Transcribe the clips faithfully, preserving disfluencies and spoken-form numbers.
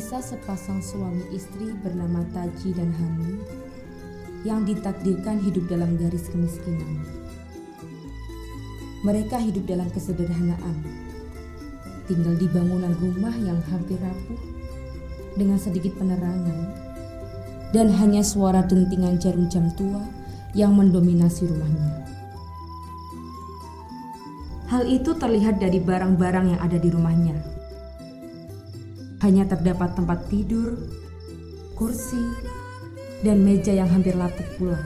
Kisah sepasang suami istri bernama Taji dan Hanum yang ditakdirkan hidup dalam garis kemiskinan. Mereka hidup dalam kesederhanaan, tinggal di bangunan rumah yang hampir rapuh dengan sedikit penerangan dan hanya suara dentingan jarum jam tua yang mendominasi rumahnya. Hal itu terlihat dari barang-barang yang ada di rumahnya. Hanya terdapat tempat tidur, kursi, dan meja yang hampir lapuk pula.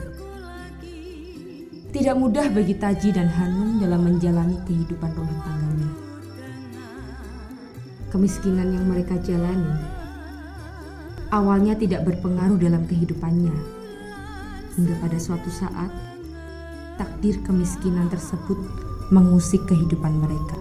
Tidak mudah bagi Taji dan Hanum dalam menjalani kehidupan rumah tangganya. Kemiskinan yang mereka jalani awalnya tidak berpengaruh dalam kehidupannya, hingga pada suatu saat takdir kemiskinan tersebut mengusik kehidupan mereka.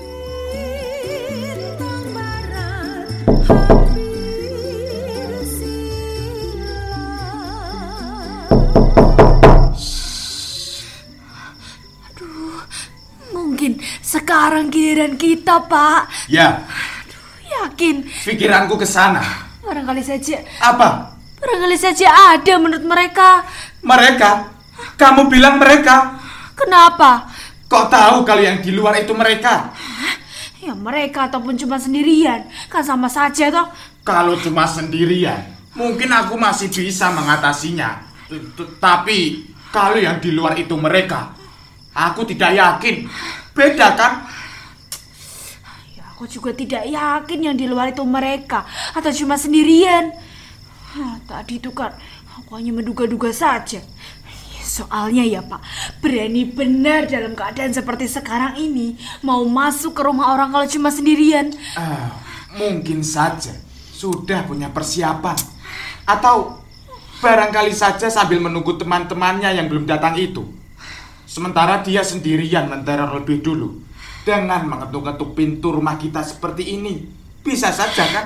Sekarang giliran kita, Pak. Ya. Aduh, yakin. Pikiranku ke sana. Barangkali saja. Apa? Barangkali saja ada menurut mereka. Mereka? Kamu bilang mereka? Kenapa? Kok tahu kalau yang di luar itu mereka? Ya mereka ataupun cuma sendirian, kan sama saja toh. Kalau cuma sendirian, mungkin aku masih bisa mengatasinya. Tapi kalau yang di luar itu mereka, aku tidak yakin. Beda kan? Ya, aku juga tidak yakin yang di luar itu mereka atau cuma sendirian. Nah, tadi itu kan aku hanya menduga-duga saja. Ya, soalnya ya Pak, berani benar dalam keadaan seperti sekarang ini mau masuk ke rumah orang kalau cuma sendirian. Uh, mungkin saja sudah punya persiapan. Atau barangkali saja sambil menunggu teman-temannya yang belum datang itu. Sementara dia sendirian menteror lebih dulu dengan mengetuk-ketuk pintu rumah kita seperti ini. Bisa saja kan?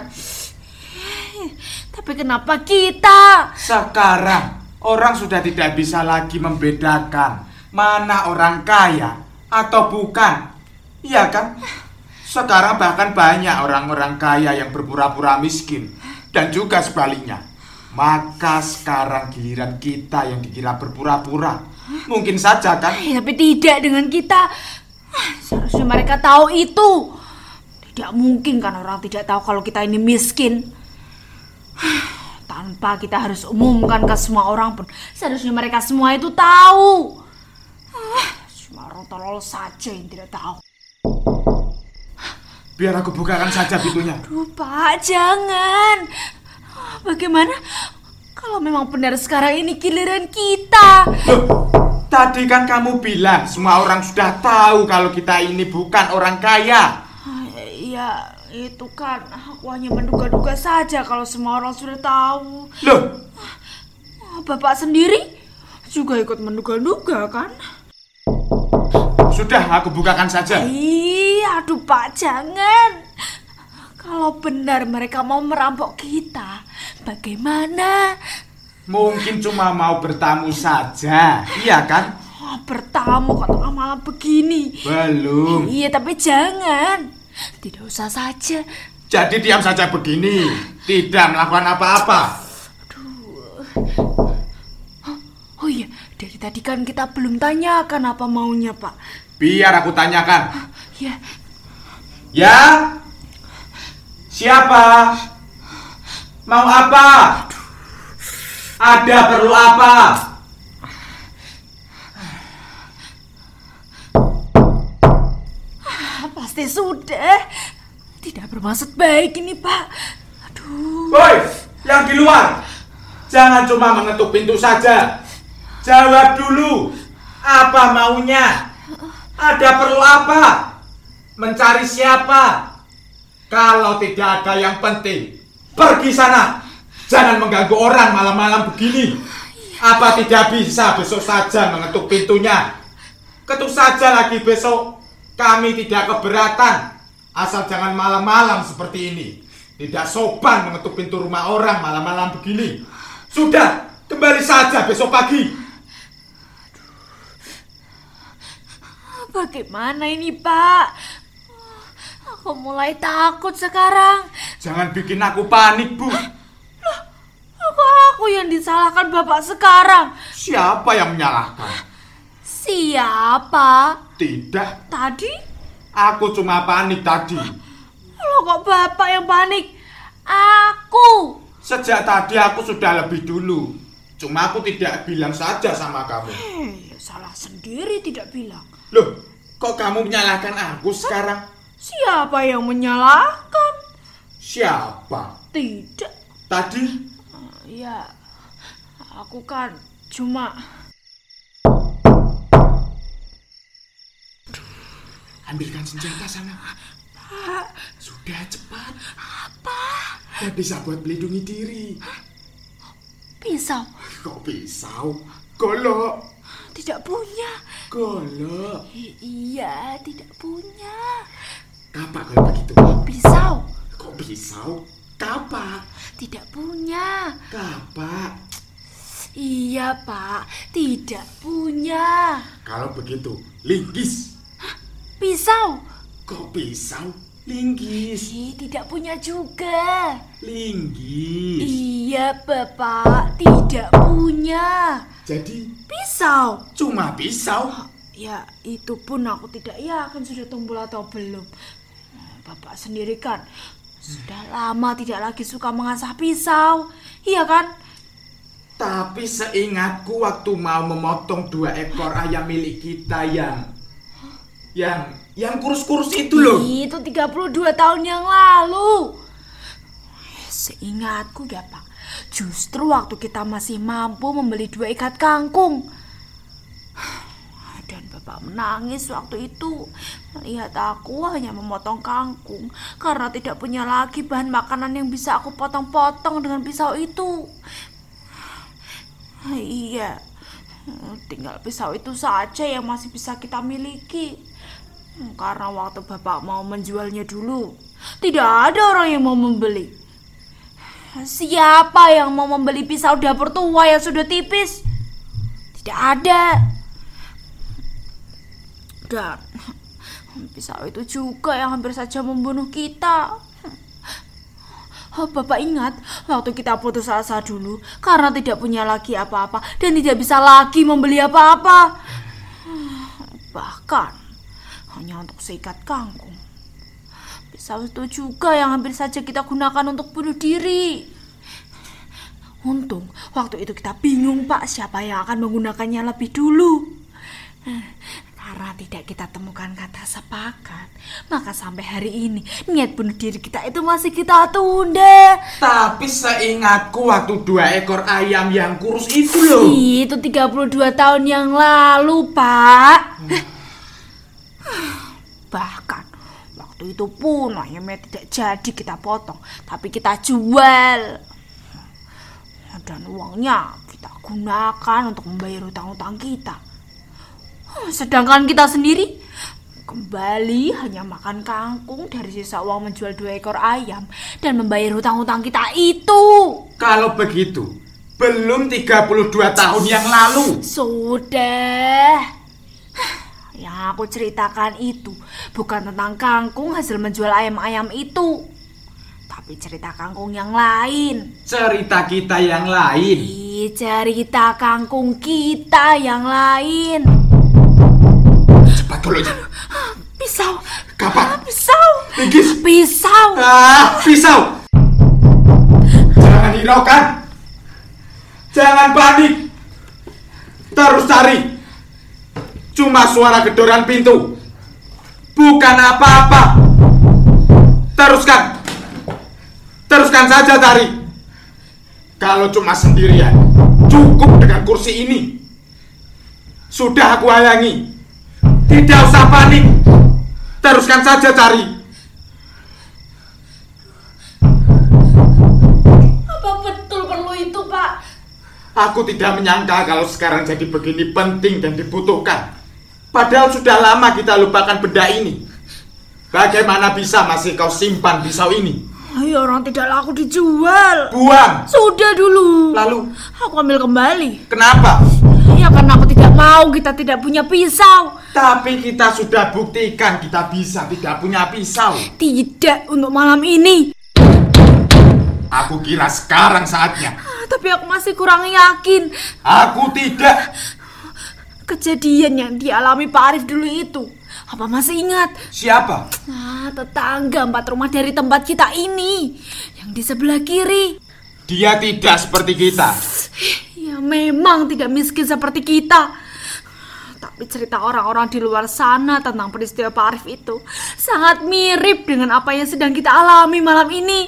Tapi kenapa kita? Sekarang orang sudah tidak bisa lagi membedakan mana orang kaya atau bukan. Iya kan? Sekarang bahkan banyak orang-orang kaya yang berpura-pura miskin. Dan juga sebaliknya. Maka sekarang giliran kita yang dikira berpura-pura. Mungkin saja kan? Ya, tapi tidak dengan kita. Seharusnya mereka tahu itu. Tidak mungkin kan orang tidak tahu kalau kita ini miskin. Tanpa kita harus umumkan ke semua orang pun, seharusnya mereka semua itu tahu. Cuma orang tolol saja yang tidak tahu. Biar aku bukakan saja pintunya. Aduh Pak, jangan. Bagaimana kalau memang benar sekarang ini giliran kita? Loh, tadi kan kamu bilang semua orang sudah tahu kalau kita ini bukan orang kaya. Iya, itu kan aku hanya menduga-duga saja kalau semua orang sudah tahu. Loh, Bapak sendiri juga ikut menduga-duga kan? Sudah, aku bukakan saja. Ih, aduh Pak, jangan. Kalau benar mereka mau merampok kita, bagaimana? Mungkin cuma mau bertamu saja, iya kan? Oh, bertamu kok tengah malam begini? Belum. Iya, tapi jangan. Tidak usah saja. Jadi diam saja begini, tidak melakukan apa-apa. Aduh. Oh, oh iya, dari tadi kan kita belum tanyakan apa maunya, Pak. Biar aku tanyakan. Ya. Ya? Siapa? Mau apa? Ada perlu apa? Pasti sudah. Tidak bermaksud baik ini, Pak. Aduh. Boy, yang di luar. Jangan cuma mengetuk pintu saja. Jawab dulu. Apa maunya? Ada perlu apa? Mencari siapa? Kalau tidak ada yang penting, pergi sana. Jangan mengganggu orang malam-malam begini. Apa tidak bisa besok saja mengetuk pintunya? Ketuk saja lagi besok. Kami tidak keberatan. Asal jangan malam-malam seperti ini. Tidak sopan mengetuk pintu rumah orang malam-malam begini. Sudah, kembali saja besok pagi. Bagaimana ini, Pak? Aku Aku mulai takut sekarang. Jangan bikin aku panik, Bu. Loh, kok aku yang disalahkan Bapak sekarang? Siapa yang menyalahkan? Siapa? Tidak. Tadi? Aku cuma panik tadi. Loh, kok Bapak yang panik? Aku. Sejak tadi aku sudah lebih dulu. Cuma aku tidak bilang saja sama kamu. Eh, salah sendiri tidak bilang. Loh, kok kamu menyalahkan aku sekarang? Siapa yang menyalahkan? Siapa? Tidak. Tadi? Uh, ya, aku kan cuma... Ambilkan senjata sana. Pak. Sudah, cepat. Apa? Ya bisa buat melindungi diri. Pisau? Kok pisau? Golok. Tidak punya. Golok. I- iya, tidak punya. Kapak kalau begitu. Pisau? Kok pisau? Kapak. Tidak punya. Kapak. Iya, Pak. Tidak punya. Kalau begitu, linggis. Pisau? Kok pisau? Linggis. Ih, tidak punya juga. Linggis. Iya, Bapak. Tidak punya. Jadi, Pisau? cuma pisau. Ya, itu pun aku tidak yakin sudah tumbul atau belum. Bapak sendiri kan sudah lama tidak lagi suka mengasah pisau. Iya kan? Tapi seingatku waktu mau memotong dua ekor ayam milik kita yang Yang Yang kurus-kurus itu loh. Itu tiga puluh dua tahun yang lalu. Seingatku ya, Pak, justru waktu kita masih mampu membeli dua ikat kangkung. Dan Bapak menangis waktu itu melihat aku hanya memotong kangkung karena tidak punya lagi bahan makanan yang bisa aku potong-potong dengan pisau itu. Iya, tinggal pisau itu saja yang masih bisa kita miliki. Karena waktu Bapak mau menjualnya dulu, tidak ada orang yang mau membeli. Siapa yang mau membeli pisau dapur tua yang sudah tipis? Tidak ada. Dan pisau itu juga yang hampir saja membunuh kita. Oh, Bapak ingat waktu kita putus asa dulu karena tidak punya lagi apa-apa dan tidak bisa lagi membeli apa-apa. Bahkan hanya untuk seikat kangkung. Pisau itu juga yang hampir saja kita gunakan untuk bunuh diri. Untung waktu itu kita bingung, Pak, siapa yang akan menggunakannya lebih dulu. Karena tidak kita temukan kata sepakat, maka sampai hari ini niat bunuh diri kita itu masih kita tunda. Tapi seingatku waktu dua ekor ayam yang kurus itu loh. Itu tiga puluh dua tahun yang lalu, Pak. Hmm. Bahkan waktu itu pun ayamnya tidak jadi kita potong, tapi kita jual. Dan uangnya kita gunakan untuk membayar hutang-hutang kita. Sedangkan kita sendiri kembali hanya makan kangkung dari sisa uang menjual dua ekor ayam dan membayar hutang-hutang kita itu. Kalau begitu, belum tiga puluh dua tahun yang lalu. Sudah. Yang aku ceritakan itu bukan tentang kangkung hasil menjual ayam-ayam itu, tapi cerita kangkung yang lain. Cerita kita yang lain. Ih, cerita kangkung kita yang lain. Cepat dulu. Pisau. Kapan? Pisau. Linggis. Pisau. Ah, pisau. Jangan hiraukan. Jangan panik. Terus cari. Cuma suara gedoran pintu. Bukan apa-apa. Teruskan. Teruskan saja cari. Kalau cuma sendirian, cukup dengan kursi ini. Sudah aku halangi. Tidak usah panik. Teruskan saja cari. Apa betul perlu itu, Pak? Aku tidak menyangka kalau sekarang jadi begini penting dan dibutuhkan. Padahal sudah lama kita lupakan benda ini. Bagaimana bisa masih kau simpan pisau ini? Ayo, orang tidak laku dijual. Buang. Sudah dulu. Lalu? Aku ambil kembali. Kenapa? Ya karena aku tidak mau kita tidak punya pisau. Tapi kita sudah buktikan kita bisa tidak punya pisau. Tidak untuk malam ini. Aku kira sekarang saatnya. Tapi aku masih kurang yakin. Aku tidak. Kejadian yang dialami Pak Arif dulu itu, apa masih ingat? Siapa? Nah, tetangga empat rumah dari tempat kita ini, yang di sebelah kiri. Dia tidak seperti kita. Ya memang tidak miskin seperti kita. Tapi cerita orang-orang di luar sana tentang peristiwa Pak Arif itu sangat mirip dengan apa yang sedang kita alami malam ini.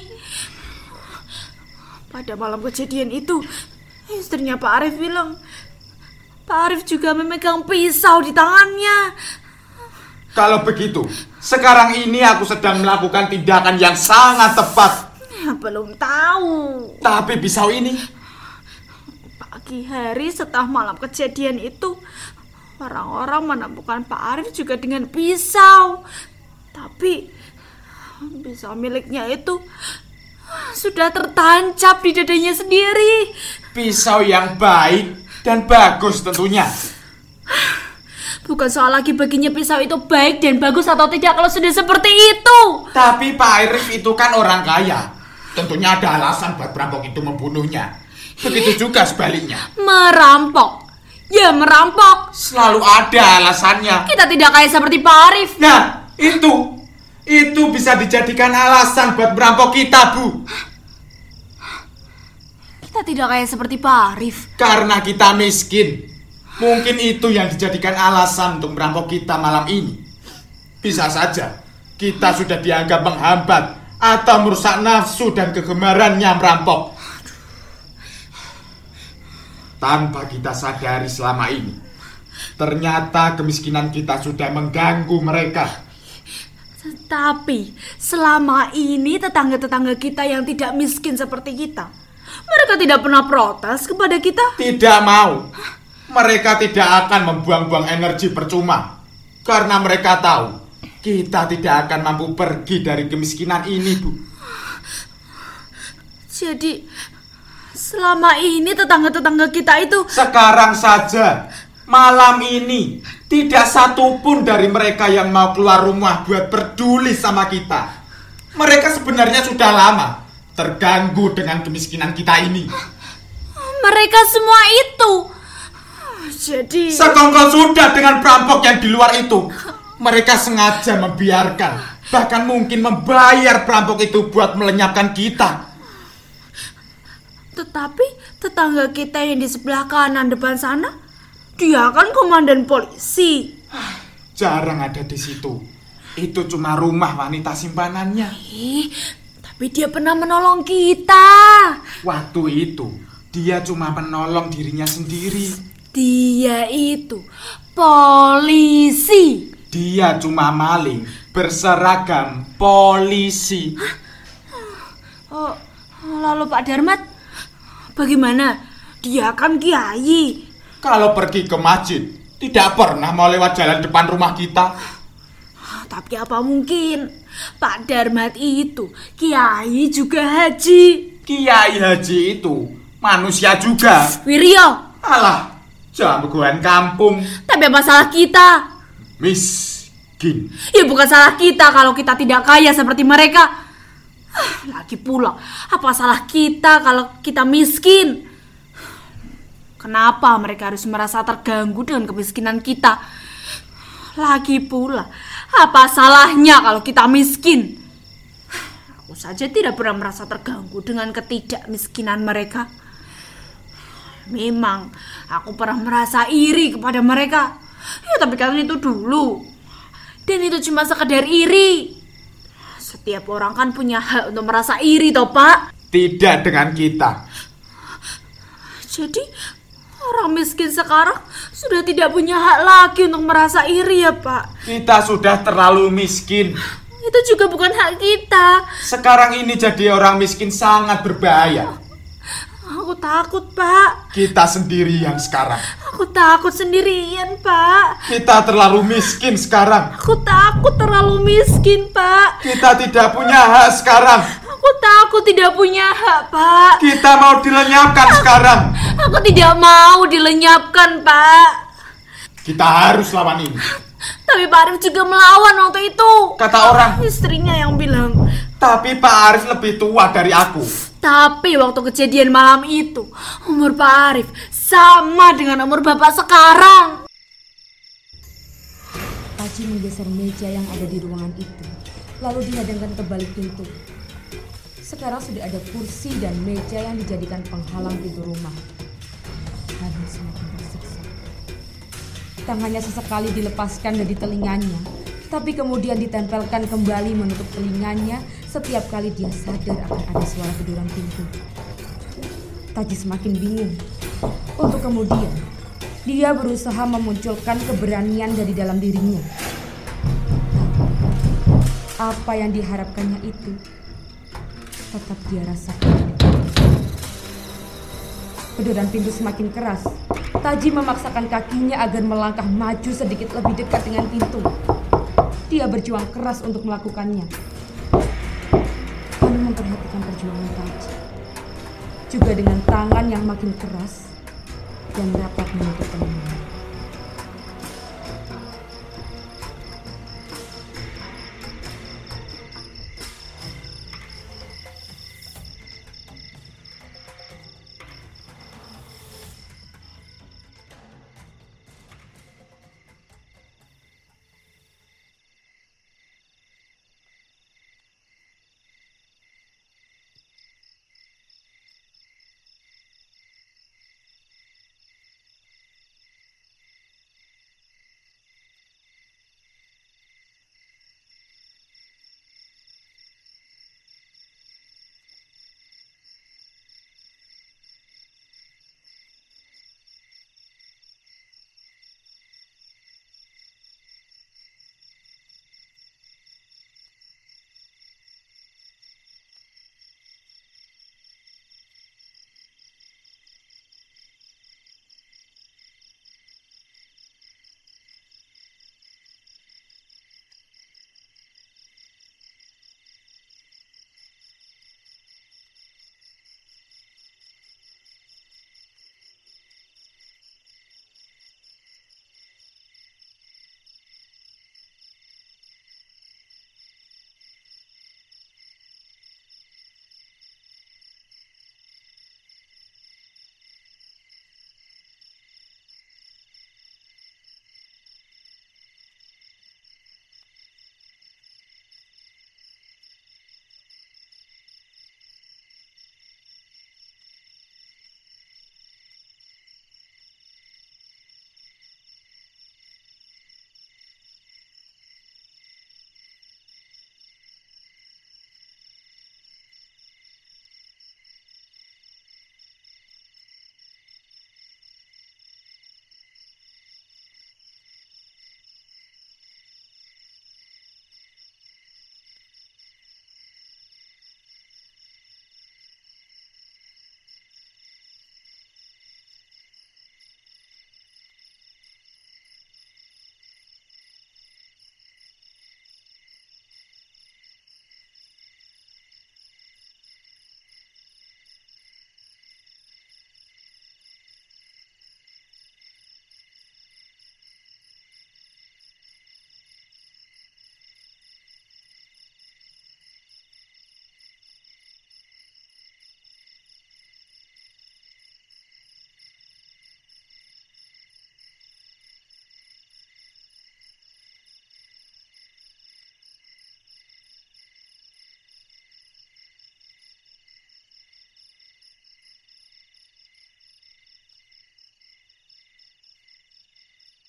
Pada malam kejadian itu, istrinya Pak Arif bilang, Pak Arif juga memegang pisau di tangannya. Kalau begitu, sekarang ini aku sedang melakukan tindakan yang sangat tepat. Ya, belum tahu. Tapi pisau ini, pagi hari setelah malam kejadian itu, orang-orang menemukan Pak Arif juga dengan pisau. Tapi pisau miliknya itu sudah tertancap di dadanya sendiri. Pisau yang baik dan bagus tentunya. Bukan soal lagi baginya pisau itu baik dan bagus atau tidak kalau sudah seperti itu. Tapi Pak Arif itu kan orang kaya. Tentunya ada alasan buat perampok itu membunuhnya. Begitu juga sebaliknya. Merampok? Ya merampok. Selalu ada alasannya. Kita tidak kaya seperti Pak Arif. Nah, itu Itu bisa dijadikan alasan buat merampok kita, Bu. Kita tidak kaya seperti Pak Arif. Karena kita miskin. Mungkin itu yang dijadikan alasan untuk merampok kita malam ini. Bisa saja kita sudah dianggap menghambat atau merusak nafsu dan kegemarannya merampok. Tanpa kita sadari selama ini, ternyata kemiskinan kita sudah mengganggu mereka. Tapi selama ini tetangga-tetangga kita yang tidak miskin seperti kita, mereka tidak pernah protes kepada kita. Tidak mau. Mereka tidak akan membuang-buang energi percuma. Karena mereka tahu kita tidak akan mampu pergi dari kemiskinan ini, Bu. Jadi selama ini tetangga-tetangga kita itu... Sekarang saja, malam ini, tidak satu pun dari mereka yang mau keluar rumah buat peduli sama kita. Mereka sebenarnya sudah lama terganggu dengan kemiskinan kita ini. Mereka semua itu. Jadi... Sekongkol sudah dengan perampok yang di luar itu. Mereka sengaja membiarkan, bahkan mungkin membayar perampok itu buat melenyapkan kita. Tetapi tetangga kita yang di sebelah kanan depan sana, dia kan komandan polisi. Jarang ada di situ. Itu cuma rumah wanita simpanannya. Ih, tapi dia pernah menolong kita. Waktu itu, dia cuma menolong dirinya sendiri. Dia itu polisi. Dia cuma maling berseragam polisi. Oh, lalu Pak Darmat, bagaimana? Dia kan kiai. Kalau pergi ke masjid, tidak pernah mau lewat jalan depan rumah kita. Tapi apa mungkin Pak Darmat itu kiai juga haji. Kiai haji itu manusia juga. Wiryo, Alah, jangan begoan kampung. tapi apa salah kita? Miskin. Ya bukan salah kita kalau kita tidak kaya seperti mereka. Lagi pula, apa salah kita kalau kita miskin? Kenapa mereka harus merasa terganggu dengan kemiskinan kita? Lagi pula, apa salahnya kalau kita miskin? Aku saja tidak pernah merasa terganggu dengan ketidakmiskinan mereka. Memang, aku pernah merasa iri kepada mereka. Ya tapi kan itu dulu. Dan itu cuma sekedar iri. Setiap orang kan punya hak untuk merasa iri toh Pak. Tidak dengan kita. Jadi orang miskin sekarang sudah tidak punya hak lagi untuk merasa iri ya Pak. Kita sudah terlalu miskin. Itu juga bukan hak kita. Sekarang ini jadi orang miskin sangat berbahaya. Aku takut Pak. Kita sendirian sekarang. Aku takut sendirian Pak. Kita terlalu miskin sekarang. Aku takut terlalu miskin Pak. Kita tidak punya hak sekarang. Aku takut tidak punya hak Pak. Kita mau dilenyapkan sekarang. Aku tidak mau dilenyapkan Pak. Kita harus lawan ini. Tapi Pak Arif juga melawan waktu itu. Kata orang. Istrinya yang bilang. Tapi Pak Arif lebih tua dari aku. Tapi waktu kejadian malam itu, umur Pak Arif sama dengan umur Bapak sekarang. Taji menggeser meja yang ada di ruangan itu, lalu dihadangkan ke balik pintu. Sekarang sudah ada kursi dan meja yang dijadikan penghalang pintu rumah. Lalu semakin tersiksa. Tangannya sesekali dilepaskan dari telinganya, tapi kemudian ditempelkan kembali menutup telinganya setiap kali dia sadar akan ada suara geduran pintu. Taji semakin bingung. Untuk kemudian, dia berusaha memunculkan keberanian dari dalam dirinya. Apa yang diharapkannya itu tetap dia rasakan. Geduran pintu semakin keras. Taji memaksakan kakinya agar melangkah maju sedikit lebih dekat dengan pintu. Dia berjuang keras untuk melakukannya. Anu memperhatikan perjuangan Taji. Juga dengan tangan yang makin keras dan rapat menutup telinganya.